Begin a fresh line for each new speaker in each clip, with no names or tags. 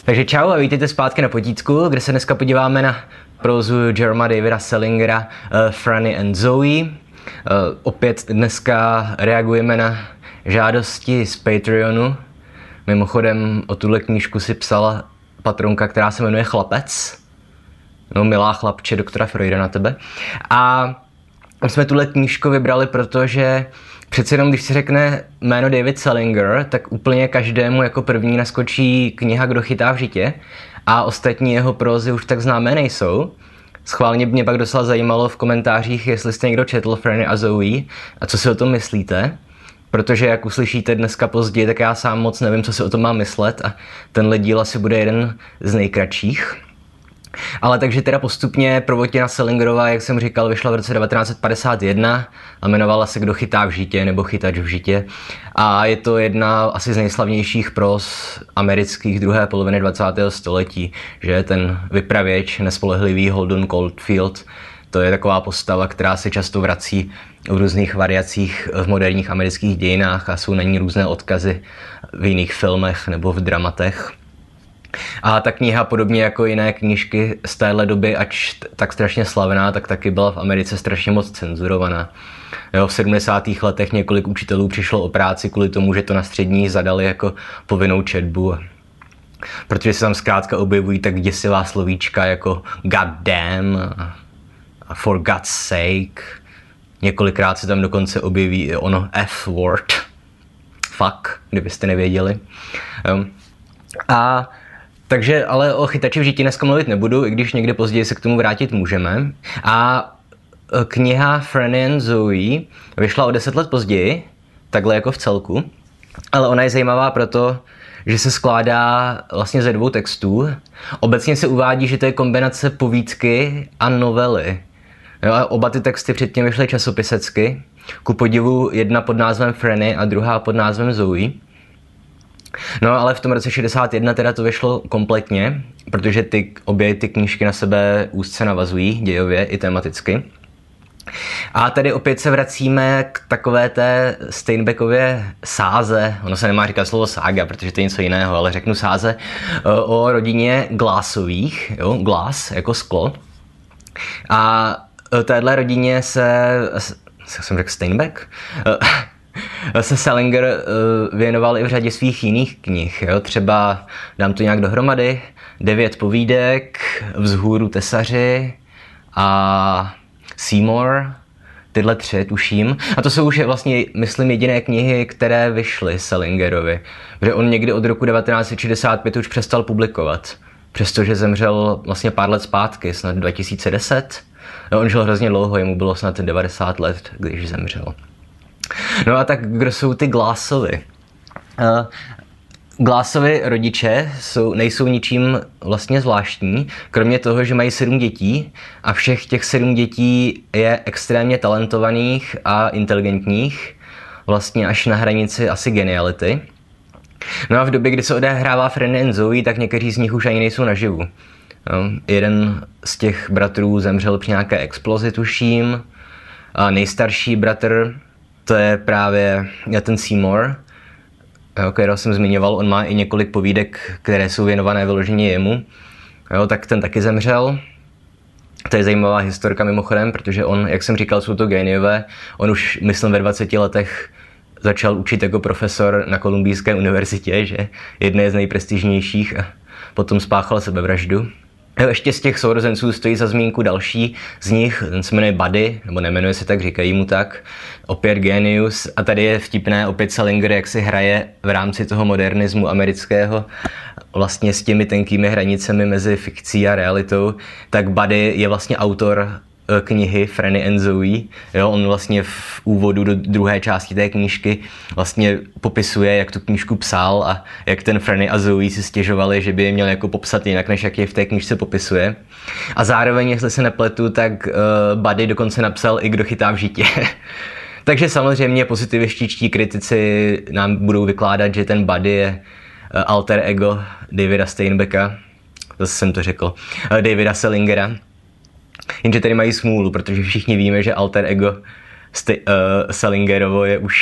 Takže čau a vítejte zpátky na Potítku, kde se dneska podíváme na prózu Jeroma Davida Salingera Franny and Zooey. Opět dneska reagujeme na žádosti z Patreonu. Mimochodem o tuhle knížku si psala patronka, která se jmenuje Chlapec. No, milá chlapče, doktora Freuda na tebe. A jsme tuhle knížku vybrali, protože přece jenom, když se řekne jméno David Salinger, tak úplně každému jako první naskočí kniha Kdo chytá v žitě a ostatní jeho prózy už tak známé nejsou. Schválně mě pak docela zajímalo v komentářích, jestli jste někdo četl Franny a Zooey a co si o tom myslíte. Protože jak uslyšíte dneska později, tak já sám moc nevím, co si o tom mám myslet a tenhle díl asi bude jeden z nejkratších. Ale takže teda postupně prvotina Salingerova, jak jsem říkal, vyšla v roce 1951 a jmenovala se Kdo chytá v žitě nebo Chytač v žitě. A je to jedna asi z nejslavnějších próz amerických druhé poloviny 20. století, že je ten vypravěč, nespolehlivý Holden Caulfield. To je taková postava, která se často vrací v různých variacích v moderních amerických dějinách a jsou na ní různé odkazy v jiných filmech nebo v dramatech. A ta kniha, podobně jako jiné knížky z téhle doby, ač tak strašně slavná, tak taky byla v Americe strašně moc cenzurovaná. Jo, v 70. letech několik učitelů přišlo o práci kvůli tomu, že to na střední zadali jako povinnou četbu. Protože se tam zkrátka objevují tak děsivá slovíčka jako God damn a for God's sake. Několikrát se tam dokonce objeví i ono F-word. Fuck, kdybyste nevěděli. Takže ale o Chytači v žití dneska mluvit nebudu, i když někdy později se k tomu vrátit můžeme. A kniha Franny and Zooey vyšla o 10 let později, takhle jako v celku. Ale ona je zajímavá proto, že se skládá vlastně ze 2 textů. Obecně se uvádí, že to je kombinace povídky a novely. Jo, a oba ty texty předtím vyšly časopisecky. Ku podivu jedna pod názvem Franny a druhá pod názvem Zooey. No ale v tom roce 61 teda to vyšlo kompletně, protože obě ty knížky na sebe úzce navazují dějově i tematicky. A tady opět se vracíme k takové té Steinbeckově sáze, ono se nemá říkat slovo sága, protože to je něco jiného, ale řeknu sáze, o rodině Glassových, jo, Glass jako sklo. A téhle rodině jak jsem řekl Steinbeck? Se Salinger věnoval i v řadě svých jiných knih. Jo? Třeba, dám to nějak dohromady, 9 povídek, Vzhůru tesaři a Seymour, tyhle 3 tuším. A to jsou už vlastně, myslím, jediné knihy, které vyšly Salingerovi. Protože on někdy od roku 1965 už přestal publikovat. Přestože zemřel vlastně pár let zpátky, snad 2010. No, on žil hrozně dlouho, jemu bylo snad 90 let, když zemřel. No a tak kdo jsou ty Glassovi? Glassovi rodiče nejsou ničím vlastně zvláštní, kromě toho, že mají 7 dětí a všech těch 7 dětí je extrémně talentovaných a inteligentních, vlastně až na hranici asi geniality. No a v době, kdy se odehrává Franny and Zooey, tak někteří z nich už ani nejsou naživu. No, jeden z těch bratrů zemřel při nějaké explozi, tuším, a nejstarší bratr, to je právě ten Seymour, kterého jsem zmiňoval, on má i několik povídek, které jsou věnované vyloženě jemu, jo, tak ten taky zemřel. To je zajímavá historka mimochodem, protože on, jak jsem říkal, jsou to géniové, on už, myslím, ve 20 letech začal učit jako profesor na Kolumbijské univerzitě, že jedné z nejprestižnějších, a potom spáchal sebevraždu. Ještě z těch sourozenců stojí za zmínku další z nich, ten se jmenuje Buddy, nebo nemenuje se tak, říkají mu tak, opět genius. A tady je vtipné opět Salinger, jak si hraje v rámci toho modernismu amerického vlastně s těmi tenkými hranicemi mezi fikcí a realitou. Tak Buddy je vlastně autor knihy Franny and Zooey. Jo, on vlastně v úvodu do druhé části té knížky vlastně popisuje, jak tu knížku psal a jak ten Franny a Zooey si stěžovali, že by je měl jako popsat jinak, než jak je v té knížce popisuje. A zároveň, jestli se nepletu, tak Buddy dokonce napsal i Kdo chytá v žitě. Takže samozřejmě pozitivističtí kritici nám budou vykládat, že ten Buddy je alter ego Davida Steinbecka, zase jsem to řekl, Davida Salingera. Jenže tady mají smůlu, protože všichni víme, že alter ego Salingerovo je už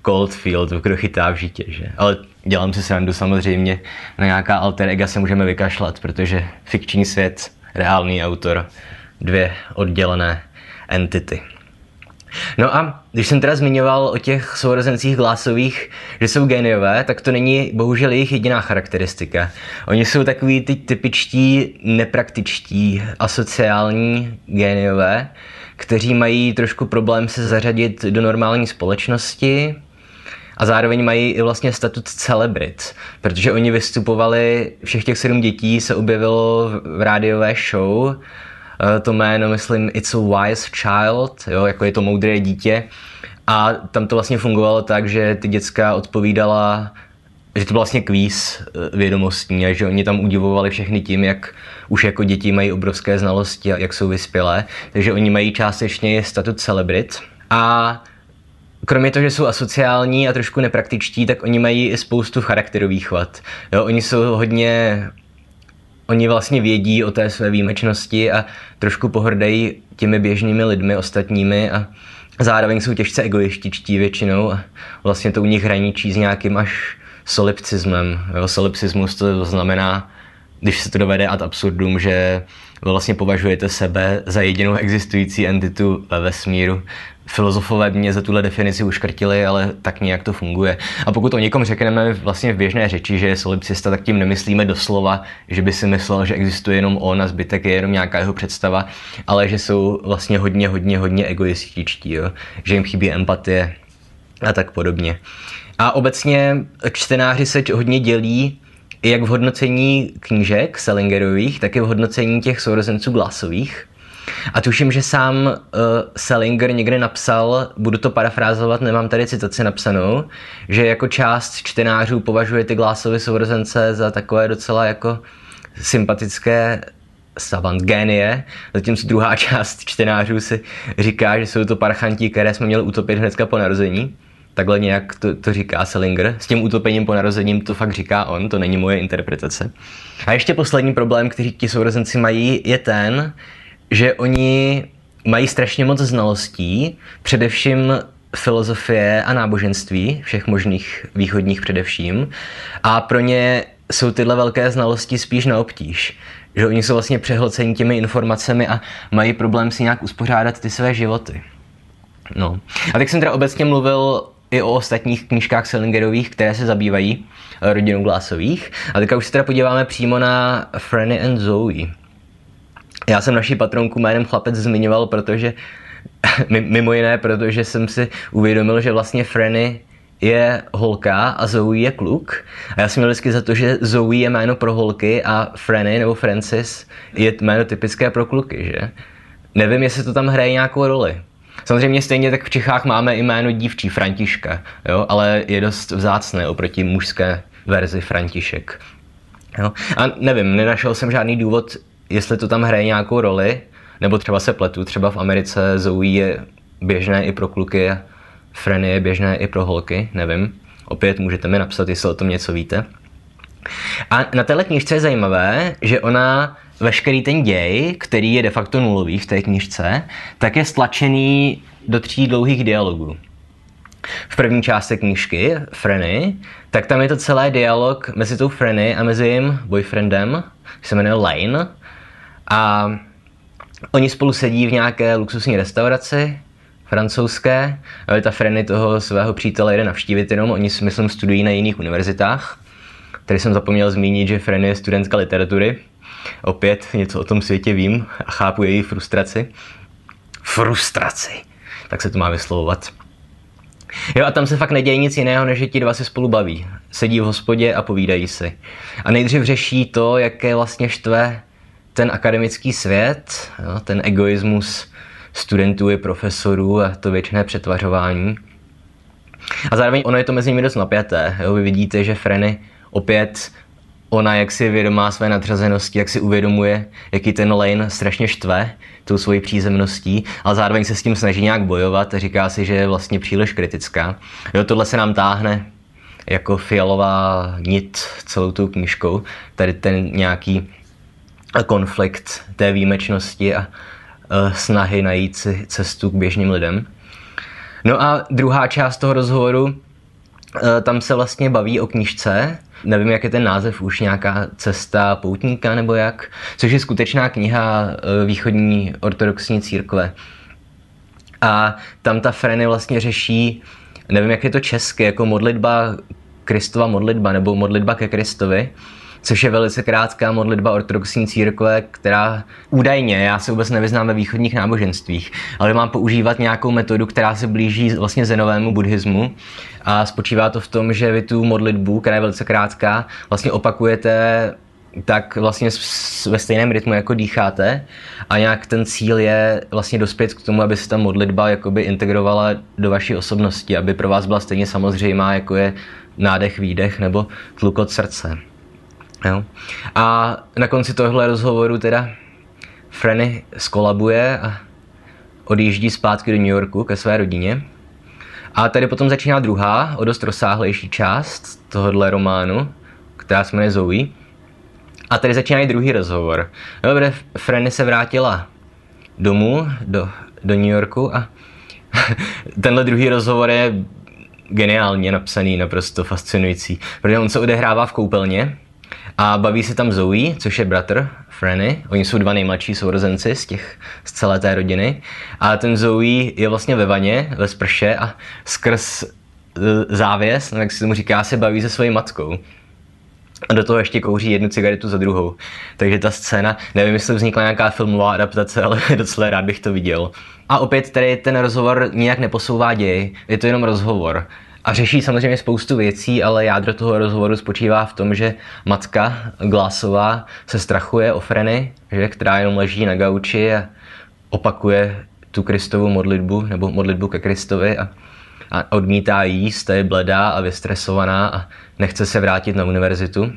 Coldfield, kdo chytá v žitě, že? Ale dělám si srandu samozřejmě, na nějaká alter ega se můžeme vykašlat, protože fikční svět, reálný autor, dvě oddělené entity. No a když jsem teda zmiňoval o těch sourozencích Glassových, že jsou géniové, tak to není bohužel jejich jediná charakteristika. Oni jsou takový ty typičtí, nepraktičtí, asociální géniové, kteří mají trošku problém se zařadit do normální společnosti a zároveň mají i vlastně statut celebrit, protože oni vystupovali, všech těch 7 dětí se objevilo v rádiové show, to jméno, myslím, It's a Wise Child, jo, jako je to moudré dítě. A tam to vlastně fungovalo tak, že ty děcka odpovídala, že to byl vlastně kvíz vědomostní a že oni tam udivovali všechny tím, jak už jako děti mají obrovské znalosti a jak jsou vyspělé. Takže oni mají částečně statut celebrit. A kromě toho, že jsou asociální a trošku nepraktičtí, tak oni mají i spoustu charakterových vad. Jo, Oni vlastně vědí o té své výjimečnosti a trošku pohrdají těmi běžnými lidmi ostatními a zároveň jsou těžce egoističtí většinou a vlastně to u nich hraničí s nějakým až solipsismem. Jo, solipsismus to znamená, když se to dovede ad absurdum, že vlastně považujete sebe za jedinou existující entitu ve vesmíru. Filozofové mě za tuhle definici uškrtili, ale tak nějak to funguje. A pokud o někom řekneme vlastně v běžné řeči, že je solipsista, tak tím nemyslíme doslova, že by si myslel, že existuje jenom on a zbytek je jenom nějaká jeho představa, ale že jsou vlastně hodně egoističtí, jo? Že jim chybí empatie a tak podobně. A obecně čtenáři se hodně dělí jak v hodnocení knížek Salingerových, tak i v hodnocení těch sourozenců Glassových. A tuším, že sám Salinger někde napsal, budu to parafrázovat, nemám tady citaci napsanou, že jako část čtenářů považuje ty Glassovy sourozence za takové docela jako sympatické savant génie, zatímco druhá část čtenářů si říká, že jsou to parchanti, které jsme měli utopit hnedka po narození. Takhle nějak to říká Salinger. S tím utopením po narozením to fakt říká on, to není moje interpretace. A ještě poslední problém, který ti sourozenci mají, je ten, že oni mají strašně moc znalostí, především filozofie a náboženství, všech možných východních především. A pro ně jsou tyhle velké znalosti spíš na obtíž. Že oni jsou vlastně přehlceni těmi informacemi a mají problém si nějak uspořádat ty své životy. No. A tak jsem teda obecně mluvil i o ostatních knížkách Salingerových, které se zabývají rodinou Glassových. A teďka už se teda podíváme přímo na Franny and Zoe. Já jsem naši patronku jménem Chlapec zmiňoval, protože mimo jiné, protože jsem si uvědomil, že vlastně Franny je holka a Zoe je kluk. A já jsem měl vždycky za to, že Zoe je jméno pro holky a Franny nebo Francis je jméno typické pro kluky, že? Nevím, jestli to tam hraje nějakou roli. Samozřejmě stejně tak v Čechách máme i jméno dívčí Františka, jo? Ale je dost vzácné oproti mužské verzi František. Jo? A nevím, nenašel jsem žádný důvod, jestli to tam hraje nějakou roli, nebo třeba se pletu, třeba v Americe Zoe je běžné i pro kluky a Franny je běžné i pro holky, nevím. Opět můžete mi napsat, jestli o tom něco víte. A na téhle knížce je zajímavé, že ona veškerý ten děj, který je de facto nulový v té knížce, tak je stlačený do 3 dlouhých dialogů. V první části knížky, Franny, tak tam je to celé dialog mezi tou Franny a mezi jejím boyfriendem, který se jmenuje Lane. A oni spolu sedí v nějaké luxusní restauraci, francouzské. Ta Franny toho svého přítele jde navštívit jenom, oni si myslím studují na jiných univerzitách. Tady jsem zapomněl zmínit, že Franny je studentka literatury. Opět něco o tom světě vím a chápu její frustraci. Frustraci, tak se to má vyslovovat. Jo, a tam se fakt neděje nic jiného, než že ti dva se spolu baví. Sedí v hospodě a povídají si. A nejdřív řeší to, jaké vlastně štve ten akademický svět, jo, ten egoismus studentů i profesorů a to věčné přetvařování. A zároveň ono je to mezi nimi dost napjaté. Jo? Vy vidíte, že Franny opět, ona jak si vědomá své nadřazenosti, jak si uvědomuje, jaký ten Lane strašně štve tou svojí přízemností, ale zároveň se s tím snaží nějak bojovat a říká si, že je vlastně příliš kritická. Jo, tohle se nám táhne jako fialová nit celou tou knížkou. Tady ten nějaký konflikt té výjimečnosti a snahy najít si cestu k běžným lidem. No a druhá část toho rozhovoru Tam se vlastně baví o knížce, nevím, jak je ten název už, nějaká cesta poutníka nebo jak, což je skutečná kniha východní ortodoxní církve. A tam ta Franny vlastně řeší, nevím, jak je to česky, jako modlitba, Kristova modlitba nebo modlitba ke Kristovi, což je velice krátká modlitba ortodoxní církve, která údajně, já se vůbec nevyznám ve východních náboženstvích, ale mám používat nějakou metodu, která se blíží vlastně zenovému buddhismu a spočívá to v tom, že vy tu modlitbu, která je velice krátká, vlastně opakujete tak vlastně ve stejném rytmu, jako dýcháte a nějak ten cíl je vlastně dospět k tomu, aby se ta modlitba jakoby integrovala do vaší osobnosti, aby pro vás byla stejně samozřejmá, jako je nádech, výdech nebo tlukot srdce. Jo. A na konci tohle rozhovoru teda Franny skolabuje a odjíždí zpátky do New Yorku ke své rodině. A tady potom začíná druhá, o dost rozsáhlejší část tohohle románu, která se jmenuje Zoe. A tady začíná i druhý rozhovor. Dobře, Franny se vrátila domů, do New Yorku a tenhle druhý rozhovor je geniálně napsaný, naprosto fascinující, protože on se odehrává v koupelně a baví se tam Zoe, což je bratr Franny. Oni jsou dva nejmladší sourozenci z celé té rodiny. A ten Zoe je vlastně ve vaně, ve sprše a skrz závěs, jak se tomu říká, se baví se svojí matkou. A do toho ještě kouří jednu cigaretu za druhou. Takže ta scéna, nevím, jestli vznikla nějaká filmová adaptace, ale docela rád bych to viděl. A opět tady ten rozhovor nijak neposouvá děj, je to jenom rozhovor. A řeší samozřejmě spoustu věcí, ale jádro toho rozhovoru spočívá v tom, že matka Glassová se strachuje o Franny, která jenom leží na gauči a opakuje tu Kristovu modlitbu, nebo modlitbu ke Kristovi a odmítá jíst, je bledá a vystresovaná a nechce se vrátit na univerzitu.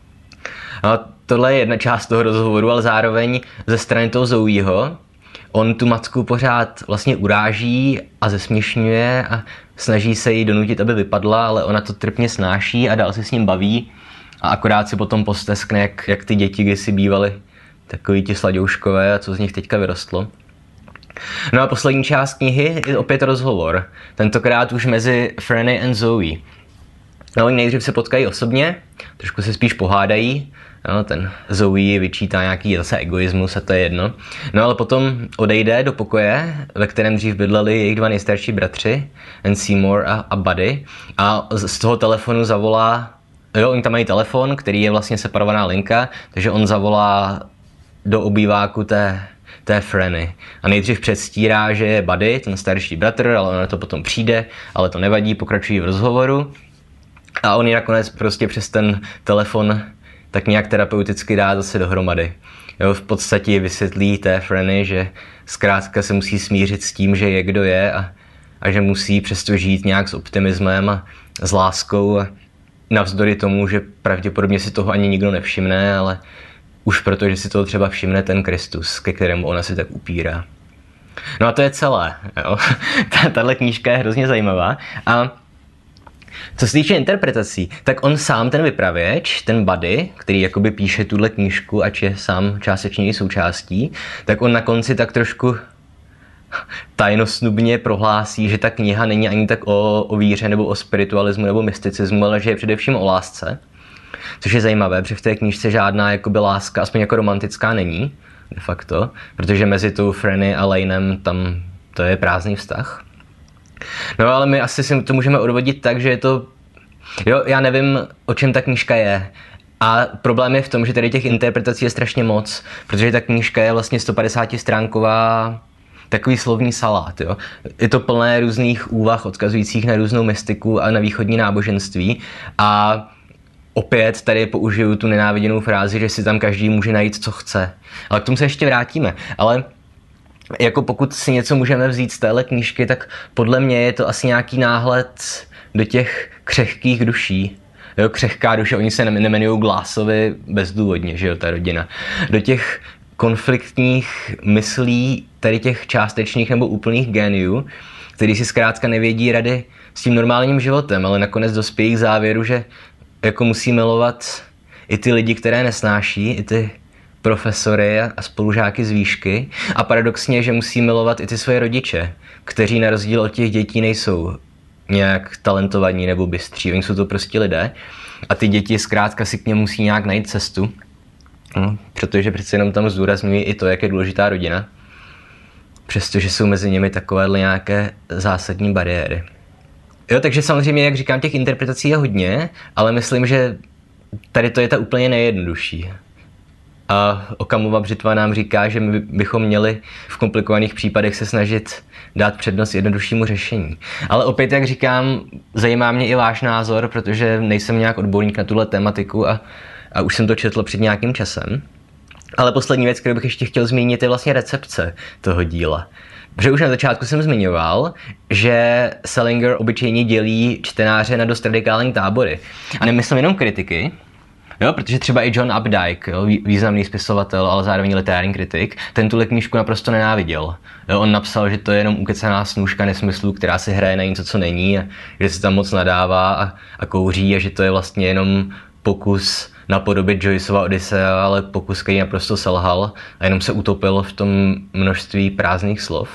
A tohle je jedna část toho rozhovoru, ale zároveň ze strany toho Zoeho on tu matku pořád vlastně uráží a zesměšňuje a snaží se jí donutit, aby vypadla, ale ona to trpně snáší a dál se s ním baví a akorát si potom posteskne, jak ty děti kdysi bývaly takový ti sladouškové a co z nich teďka vyrostlo. No a poslední část knihy je opět rozhovor, tentokrát už mezi Franny a Zoe. No, oni nejdřív se potkají osobně, trošku se spíš pohádají, no, ten Zoe vyčítá nějaký zase egoismus a to je jedno. No ale potom odejde do pokoje, ve kterém dřív bydleli jejich dva nejstarší bratři, Seymour a Buddy, a z toho telefonu zavolá, oni tam mají telefon, který je vlastně separovaná linka, takže on zavolá do obýváku té Franny. A nejdřív předstírá, že je Buddy, ten starší bratr, ale ona to potom přijde, ale to nevadí, pokračují v rozhovoru. A on ji nakonec prostě přes ten telefon tak nějak terapeuticky dá zase dohromady. Jo, v podstatě vysvětlí té Franny, že zkrátka se musí smířit s tím, že je kdo je a že musí přesto žít nějak s optimismem a s láskou a navzdory tomu, že pravděpodobně si toho ani nikdo nevšimne, ale už proto, že si toho třeba všimne ten Kristus, ke kterému ona se tak upírá. No a to je celé. Tahle knížka je hrozně zajímavá. A co se týče interpretací, tak on sám, ten vypravěč, ten Buddy, který jakoby píše tuhle knížku, ač je sám částečně její součástí, tak on na konci tak trošku tajnosnubně prohlásí, že ta kniha není ani tak o víře nebo o spiritualismu nebo mysticismu, ale že je především o lásce. Což je zajímavé, protože v té knížce žádná jakoby láska, aspoň jako romantická, není, de facto, protože mezi tou Franny a Lanem tam to je prázdný vztah. No ale my asi si to můžeme odvodit tak, že je to, jo, já nevím, o čem ta knížka je. A problém je v tom, že tady těch interpretací je strašně moc, protože ta knížka je vlastně 150stránková takový slovní salát, jo. Je to plné různých úvah odkazujících na různou mystiku a na východní náboženství a opět tady použiju tu nenáviděnou frázi, že si tam každý může najít, co chce. Ale k tomu se ještě vrátíme. Ale jako pokud si něco můžeme vzít z téhle knížky, tak podle mě je to asi nějaký náhled do těch křehkých duší. Jo, křehká duše, oni se nemenují Glassovi bezdůvodně, že jo, ta rodina. Do těch konfliktních myslí tady těch částečných nebo úplných géniů, kteří si zkrátka nevědí rady s tím normálním životem, ale nakonec dospějí k závěru, že jako musí milovat i ty lidi, které nesnáší, i ty profesory a spolužáky z výšky a paradoxně, že musí milovat i ty svoje rodiče, kteří na rozdíl od těch dětí nejsou nějak talentovaní nebo bystří, oni jsou to prostě lidé a ty děti zkrátka si k němu musí nějak najít cestu, protože přece jenom tam zdůrazňují i to, jak je důležitá rodina, přestože jsou mezi nimi takovéhle nějaké zásadní bariéry. Jo, takže samozřejmě, jak říkám, těch interpretací je hodně, ale myslím, že tady to je ta úplně nejjednodušší. A Okamova břitva nám říká, že my bychom měli v komplikovaných případech se snažit dát přednost jednoduššímu řešení. Ale opět, jak říkám, zajímá mě i váš názor, protože nejsem nějak odborník na tuhle tematiku a už jsem to četl před nějakým časem. Ale poslední věc, kterou bych ještě chtěl zmínit, je vlastně recepce toho díla. Protože už na začátku jsem zmiňoval, že Salinger obyčejně dělí čtenáře na dost radikální tábory. A nemyslím jenom kritiky, jo, protože třeba i John Updike, jo, významný spisovatel, ale zároveň literární kritik, ten tuhle knížku naprosto nenáviděl. Jo, on napsal, že to je jenom ukecaná snůška nesmyslů, která si hraje na něco, co není, a že se tam moc nadává a kouří a že to je vlastně jenom pokus napodobit Joyceova Odyssea, ale pokus, který naprosto selhal a jenom se utopil v tom množství prázdných slov.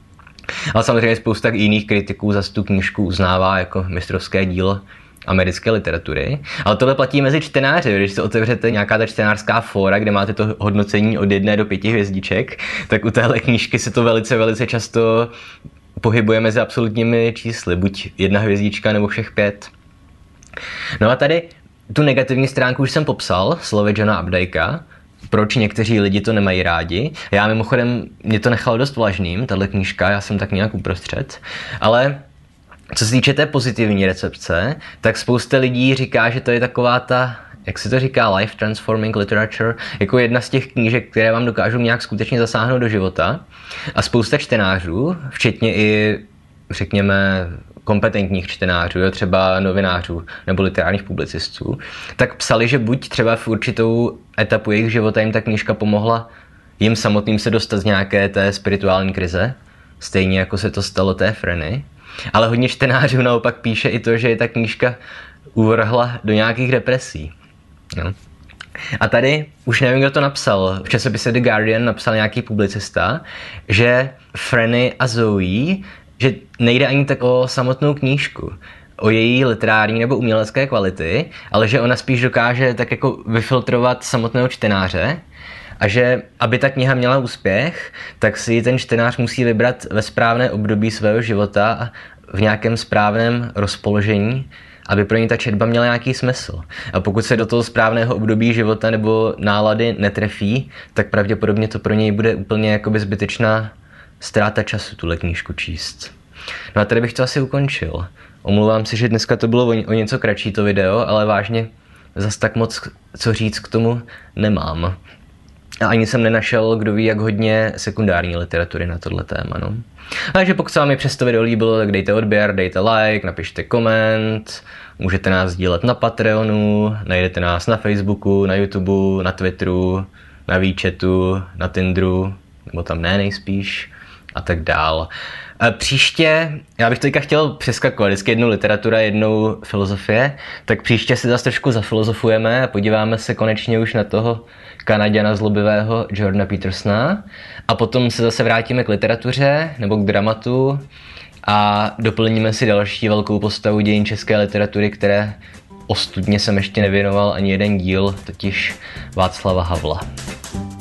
Ale samozřejmě spousta jiných kritiků zase tu knížku uznává jako mistrovské dílo americké literatury. Ale tohle platí mezi čtenáři. Když si otevřete nějaká ta čtenářská fóra, kde máte to hodnocení od 1 do 5 hvězdiček, tak u téhle knížky se to velice často pohybuje mezi absolutními čísly. Buď 1 hvězdička nebo všech 5. No a tady tu negativní stránku už jsem popsal, slovy Johna Updikea, proč někteří lidi to nemají rádi. Já mimochodem, mě to nechalo dost vlažným, tahle knížka, já jsem tak nějak uprostřed, ale co se týče té pozitivní recepce, tak spousta lidí říká, že to je taková ta, jak se to říká, life transforming literature, jako jedna z těch knížek, které vám dokážou nějak skutečně zasáhnout do života. A spousta čtenářů, včetně i, řekněme, kompetentních čtenářů, jo, třeba novinářů nebo literárních publicistů, tak psali, že buď třeba v určitou etapu jejich života jim ta knížka pomohla jim samotným se dostat z nějaké té spirituální krize, stejně jako se to stalo té Franny, ale hodně čtenářů naopak píše i to, že je ta knížka uvrhla do nějakých depresí. No. A tady, už nevím, kdo to napsal, v časopise The Guardian napsal nějaký publicista, že Franny a Zoe, že nejde ani tak o samotnou knížku, o její literární nebo umělecké kvality, ale že ona spíš dokáže tak jako vyfiltrovat samotného čtenáře a že, aby ta kniha měla úspěch, tak si ji ten čtenář musí vybrat ve správné období svého života a v nějakém správném rozpoložení, aby pro ní ta četba měla nějaký smysl. A pokud se do toho správného období života nebo nálady netrefí, tak pravděpodobně to pro něj bude úplně jakoby zbytečná ztráta času tuhle knížku číst. No a tady bych to asi ukončil. Omlouvám se, že dneska to bylo o něco kratší to video, ale vážně zas tak moc co říct k tomu nemám. A ani jsem nenašel, kdo ví, jak hodně sekundární literatury na tohle téma. No. Takže pokud se vám přesto video líbilo, tak dejte odběr, dejte like, napište koment, můžete nás sdílet na Patreonu, najdete nás na Facebooku, na YouTubeu, na Twitteru, na WeChatu, na Tinderu, nebo tam nejspíš, a tak dál. Příště, já bych teďka chtěl přeskakovat, vždycky jednou literatura, jednou filozofie, tak příště si zase trošku zafilozofujeme a podíváme se konečně už na toho Kanaďana zlobivého Jordana Petersona a potom se zase vrátíme k literatuře nebo k dramatu a doplníme si další velkou postavu dějin české literatury, které ostudně jsem ještě nevěnoval ani jeden díl, totiž Václava Havla.